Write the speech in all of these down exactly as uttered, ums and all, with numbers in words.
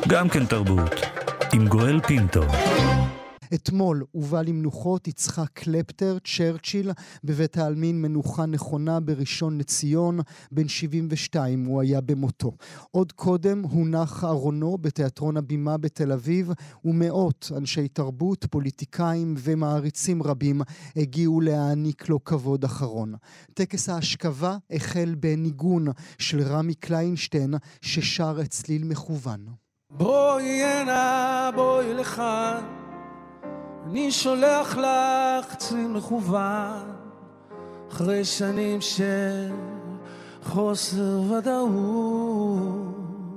גם כן תרבות, עם גואל פינטו. אתמול הובא למנוחות יצחק קלפטר, צ'רצ'יל, בבית העלמין מנוחה נכונה בראשון לציון, בן שבעים ושתיים הוא היה במותו. עוד קודם הונח ארונו בתיאטרון הבימה בתל אביב, ומאות אנשי תרבות, פוליטיקאים ומעריצים רבים הגיעו להעניק לו כבוד אחרון. טקס ההשכבה החל בניגון של רמי קליינשטיין ששר את צליל מכוון. בואי הנה, בואי לכאן, אני שולח לך צליל מכוון, אחרי שנים של חוסר ודאות.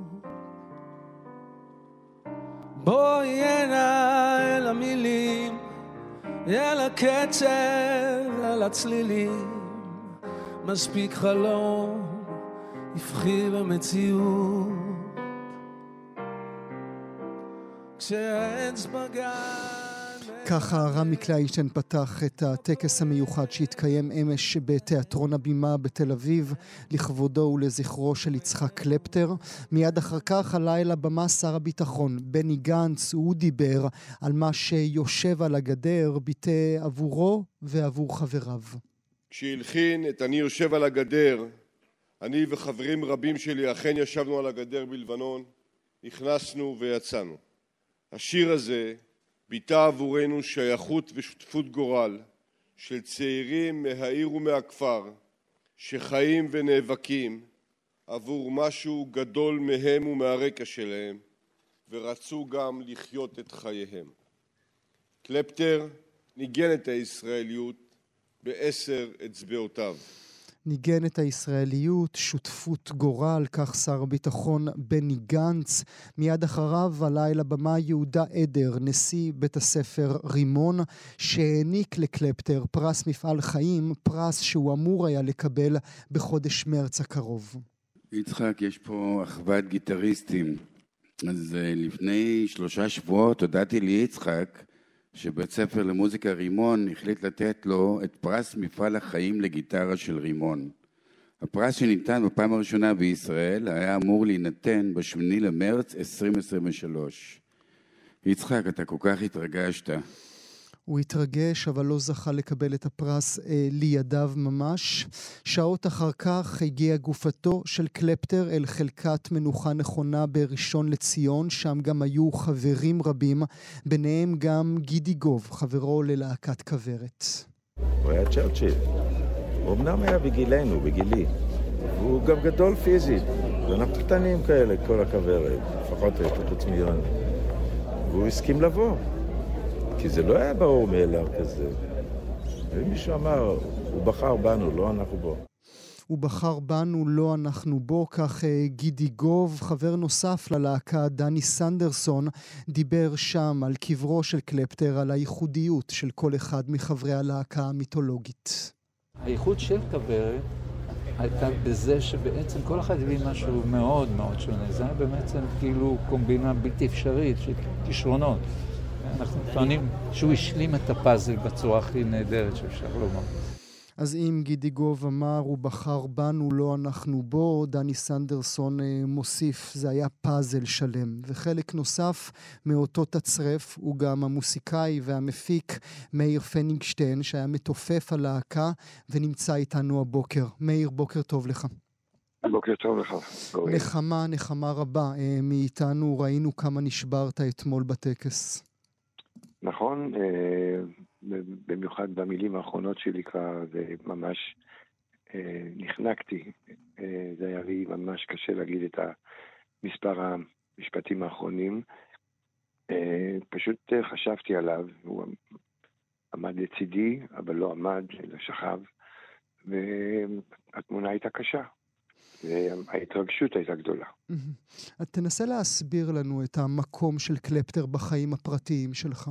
בואי הנה אל המילים, אל הקצב, אל הצלילים, מספיק חלום, יפחי במציאות. כשהאצבע גן... ככה רמי קליינשטיין פתח את הטקס המיוחד שהתקיים אמש בתיאטרון הבימה בתל אביב לכבודו ולזכרו של יצחק קלפטר. מיד אחר כך עלה אל הבמה שר הביטחון בני גנץ, הוא דיבר על מה שיושב על הגדר, ביטא עבורו ועבור חבריו. כשהלחין את אני יושב על הגדר, אני וחברים רבים שלי אכן ישבנו על הגדר בלבנון, נכנסנו ויצאנו. השיר הזה ביטא עבורנו שייכות ושותפות גורל של צעירים מהעיר ומהכפר שחיים ונאבקים עבור משהו גדול מהם ומהרקע שלהם ורצו גם לחיות את חייהם. קלפטר ניגן את הישראליות בעשר אצבעותיו. ניגן את הישראליות, שותפות גורל, כך שר הביטחון בני גנץ. מיד אחריו עלה אל הבמה יהודה עדר, נשיא בית הספר רימון, שהעניק לקלפטר פרס מפעל חיים, פרס שהוא אמור היה לקבל בחודש מרץ הקרוב. יצחק, יש פה אחוות גיטריסטים. אז לפני שלושה שבועות הודעתי לי יצחק, שבית ספר למוזיקה רימון החליט לתת לו את פרס מפעל החיים לגיטרה של רימון. הפרס שניתן בפעם הראשונה בישראל היה אמור להינתן בשמיני למרץ עשרים עשרים ושלוש. יצחק, אתה כל כך התרגשת. הוא התרגש, אבל לא זכה לקבל את הפרס אה, לידיו ממש. שעות אחר כך הגיעה גופתו של קלפטר אל חלקת מנוחה נכונה בראשון לציון, שם גם היו חברים רבים, ביניהם גם גידי גוב, חברו ללהקת כוורת. הוא היה צ'רצ'יל. הוא אמנם היה בגילנו, בגילי. הוא גם גדול פיזית. ואנחנו קטנים כאלה, כל הכוורת, לפחות חוץ מיון. והוא הסכים לבוא. כי זה לא היה ברור מאליו כזה. ומישהו אמר, הוא בחר בנו, לא אנחנו בו. הוא בחר בנו, לא אנחנו בו, כך גידי גוב. חבר נוסף ללהקה, דני סנדרסון, דיבר שם על קברו של קלפטר, על הייחודיות של כל אחד מחברי הלהקה המיתולוגית. הייחוד של כוורת הייתה בזה שבעצם כל אחד הביא משהו מאוד מאוד שונה. זה היה בעצם כאילו קומבינה בלתי אפשרית של כישרונות. אנחנו טוענים שהוא השלים את הפאזל בצורה הכי נהדרת שאפשר לומר. אז אם גידי גוב אמר, הוא בחר בנו, לא אנחנו בו, דני סנדרסון מוסיף, זה היה פאזל שלם. וחלק נוסף מאותו תצרף הוא גם המוסיקאי והמפיק מאיר פניגשטיין, שהיה מתופף הלהקה ונמצא איתנו הבוקר. מאיר, בוקר טוב לך. בוקר טוב לך. נחמה, נחמה רבה מאיתנו, ראינו כמה נשברת אתמול בטקס. נכון, במיוחד במילים האחרונות שלי כבר, זה ממש נחנקתי. זה היה לי ממש קשה להגיד את המספר המשפטים האחרונים. פשוט חשבתי עליו, הוא עמד לצידי, אבל לא עמד, אלא שכב, והתמונה הייתה קשה. וההתרגשות הייתה גדולה. תנסה להסביר לנו את המקום של קלפטר בחיים הפרטיים שלך.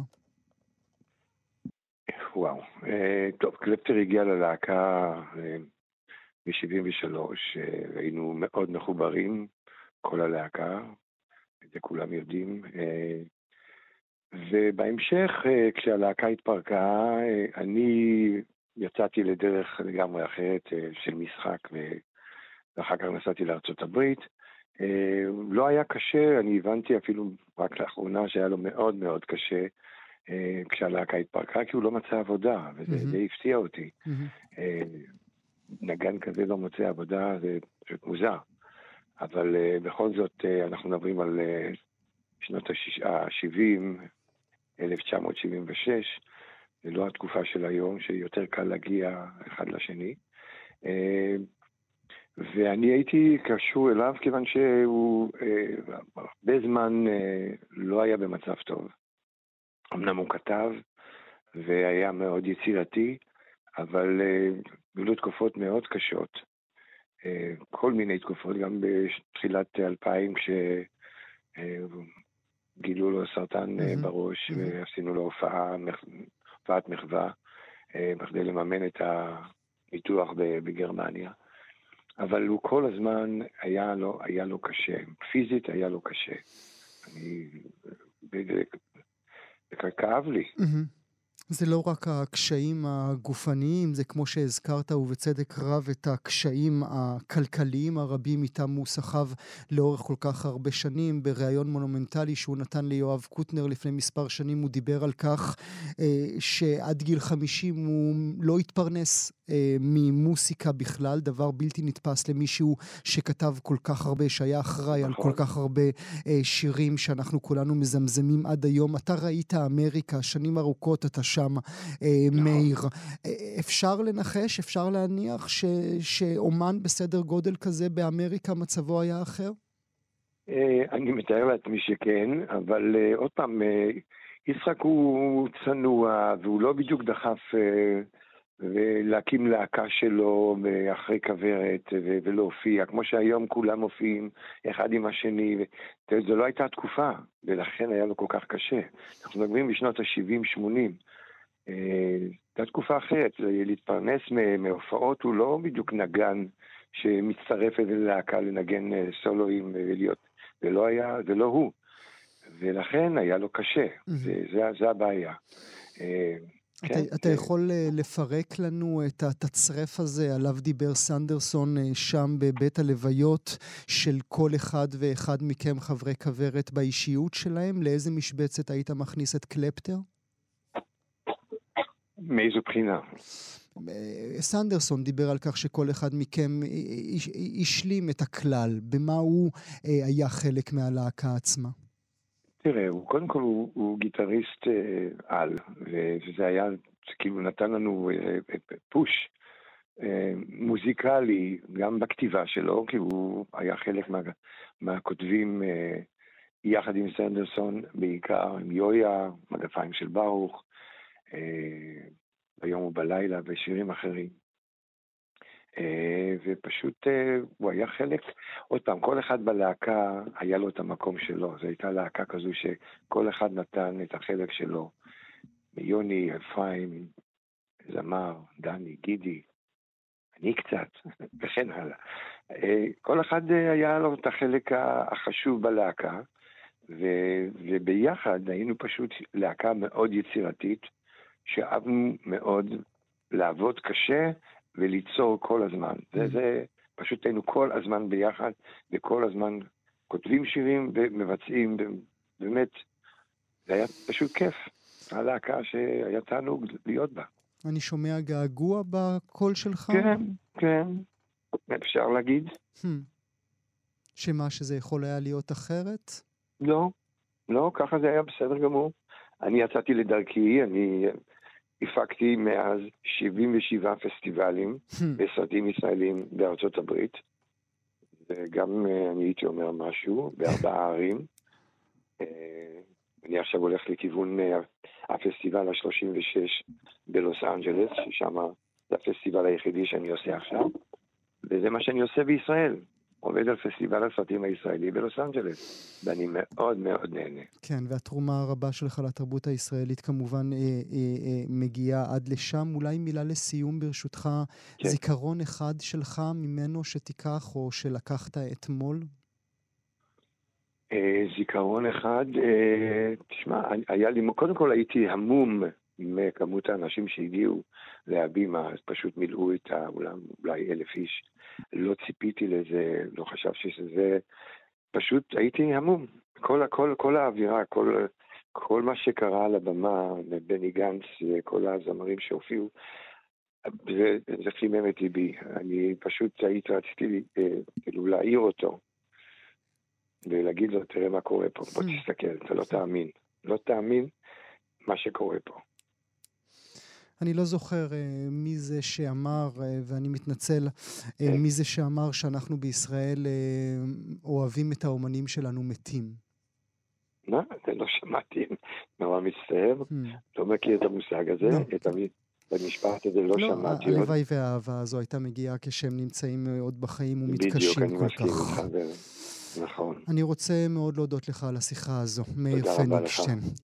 וואו. טוב, קלפטר הגיע ללהקה ב-שבעים ושלוש, היינו מאוד מחוברים, כל הלהקה, את זה כולם יודעים. ובהמשך, כשהלהקה התפרקה, אני יצאתי לדרך לגמרי אחרת של משחק, ואחר כך נסעתי לארצות הברית, לא היה קשה, אני הבנתי אפילו רק לאחרונה שהיה לו מאוד מאוד קשה כשהלהקה התפרקה, כי הוא לא מצא עבודה, וזה די הפתיע אותי. נגן כזה לא מוצא עבודה, זה פשוט מוזר. אבל בכל זאת אנחנו מדברים על שנות ה-שבעים, אלף תשע מאות שבעים ושש, זה לא התקופה של היום, שיותר קל להגיע אחד לשני. ואני הייתי קשור אליו, כיוון שהוא הרבה זמן לא היה במצב טוב. אמנם הוא כתב, והיה מאוד יצירתי, אבל היו תקופות מאוד קשות. כל מיני תקופות, גם בתחילת אלפיים, כשגילו לו סרטן בראש, ועשינו לו הופעה, הופעת מחווה, בכדי לממן את הניתוח בגרמניה. אבל הוא כל הזמן היה לו, היה לו קשה. פיזית היה לו קשה. אני... זה כאב לי. זה לא רק הקשיים הגופניים, זה כמו שהזכרת ובצדק רב את הקשיים הכלכליים הרבים איתם הוא סחב לאורך כל כך הרבה שנים. בריאיון מונומנטלי שהוא נתן ליואב קוטנר לפני מספר שנים, הוא דיבר על כך אה, שעד גיל חמישים הוא לא התפרנס אה, ממוסיקה בכלל, דבר בלתי נתפס למישהו שכתב כל כך הרבה, שהיה אחראי על כל כך הרבה אה, שירים שאנחנו כולנו מזמזמים עד היום. אתה ראית אמריקה, שנים ארוכות אתה שם. מאיר, אפשר לנחש, אפשר להניח שאומן בסדר גודל כזה באמריקה מצבו היה אחר? אני מתאר לעצמי שכן, אבל עוד פעם, יצחק הוא צנוע, והוא לא בדיוק דחף להקים להקה שלו אחרי כברת ולהופיע, כמו שהיום כולם מופיעים אחד עם השני, זו לא הייתה תקופה, ולכן היה לו כל כך קשה. אנחנו מדברים בשנות ה-שבעים שמונים, הייתה תקופה אחרת, להתפרנס מהופעות, הוא לא בדיוק נגן שמצטרף ללהקה לנגן סולואים ולהיות, ולא היה, ולא הוא, ולכן היה לו קשה, זה הבעיה. אתה יכול לפרק לנו את התצרף הזה עליו דיבר סנדרסון שם בבית הלוויות של כל אחד ואחד מכם חברי כברת באישיות שלהם? לאיזה משבצת היית מכניס את קלפטר? מאיזו בחינה? סנדרסון דיבר על כך שכל אחד מכם השלים את הכלל, במה הוא היה חלק מהלהקה עצמה. תראה, הוא, קודם כל הוא, הוא גיטריסט אה, על, וזה היה, כאילו נתן לנו אה, פוש אה, מוזיקלי, גם בכתיבה שלו, כי הוא היה חלק מה, מהכותבים אה, יחד עם סנדרסון, בעיקר עם יויה, מגפיים של ברוך, אה, ביום ובלילה ושירים אחרים. Uh, ופשוט uh, הוא היה חלק, עוד פעם, כל אחד בלהקה היה לו את המקום שלו, זו הייתה להקה כזו שכל אחד נתן את החלק שלו, מיוני, אפרים, זמר, דני, גידי, אני קצת, וכן הלאה. Uh, כל אחד uh, היה לו את החלק החשוב בלהקה, ו- וביחד היינו פשוט להקה מאוד יצירתית, שאהבנו מאוד לעבוד קשה, וליצור כל הזמן. זה, זה פשוט היינו כל הזמן ביחד, וכל הזמן כותבים שירים ומבצעים, באמת, זה היה פשוט כיף. הלהקה שהיה תענוג להיות בה. אני שומע געגוע בקול שלך? כן, כן, אפשר להגיד. שמה שזה יכול היה להיות אחרת? לא, לא, ככה זה היה בסדר גמור. אני יצאתי לדרכי, אני... הפקתי מאז שבעים ושבעה פסטיבלים בסרטים ישראלים בארצות הברית, וגם אני הייתי אומר משהו, בארבעה ערים. אני עכשיו הולך לכיוון הפסטיבל ה-שלושים ושש בלוס אנג'לס, ששם זה הפסטיבל היחידי שאני עושה עכשיו, וזה מה שאני עושה בישראל. עובד על פסטיבל הסרטים הישראלי בלוס אנג'לס, ואני מאוד מאוד נהנה. כן, והתרומה הרבה שלך לתרבות הישראלית כמובן אה, אה, אה, מגיעה עד לשם. אולי מילה לסיום ברשותך, כן. זיכרון אחד שלך ממנו שתיקח או שלקחת אתמול? אה, זיכרון אחד, אה, תשמע, היה לי, קודם כל הייתי המום מכמות האנשים שהגיעו להבימה, אז פשוט מילאו את האולם, אולי אלף איש. לא ציפיתי לזה, לא חשב שזה פשוט הייתי המום. כל, כל, כל האווירה, כל, כל מה שקרה על הבמה, בני גנץ וכל הזמרים שהופיעו, זה, זה חימם את ליבי. אני פשוט הייתי, רציתי כאילו להעיר אותו, ולהגיד לו, תראה מה קורה פה, בוא תסתכל, אתה לא תאמין. לא תאמין מה שקורה פה. אני לא זוכר uh, מי זה שאמר, uh, ואני מתנצל, uh, מי זה שאמר שאנחנו בישראל uh, אוהבים את האומנים שלנו מתים. מה? זה לא שמעתי, נורא מצטער, לא מכיר את המושג הזה, את המשפט הזה לא שמעתי. לא, הלוואי והאהבה הזו הייתה מגיעה כשהם נמצאים עוד בחיים ומתקשים כל כך. בדיוק, אני מסכים איתך, נכון. אני רוצה מאוד להודות לך על השיחה הזו, מאיר פניגשטיין.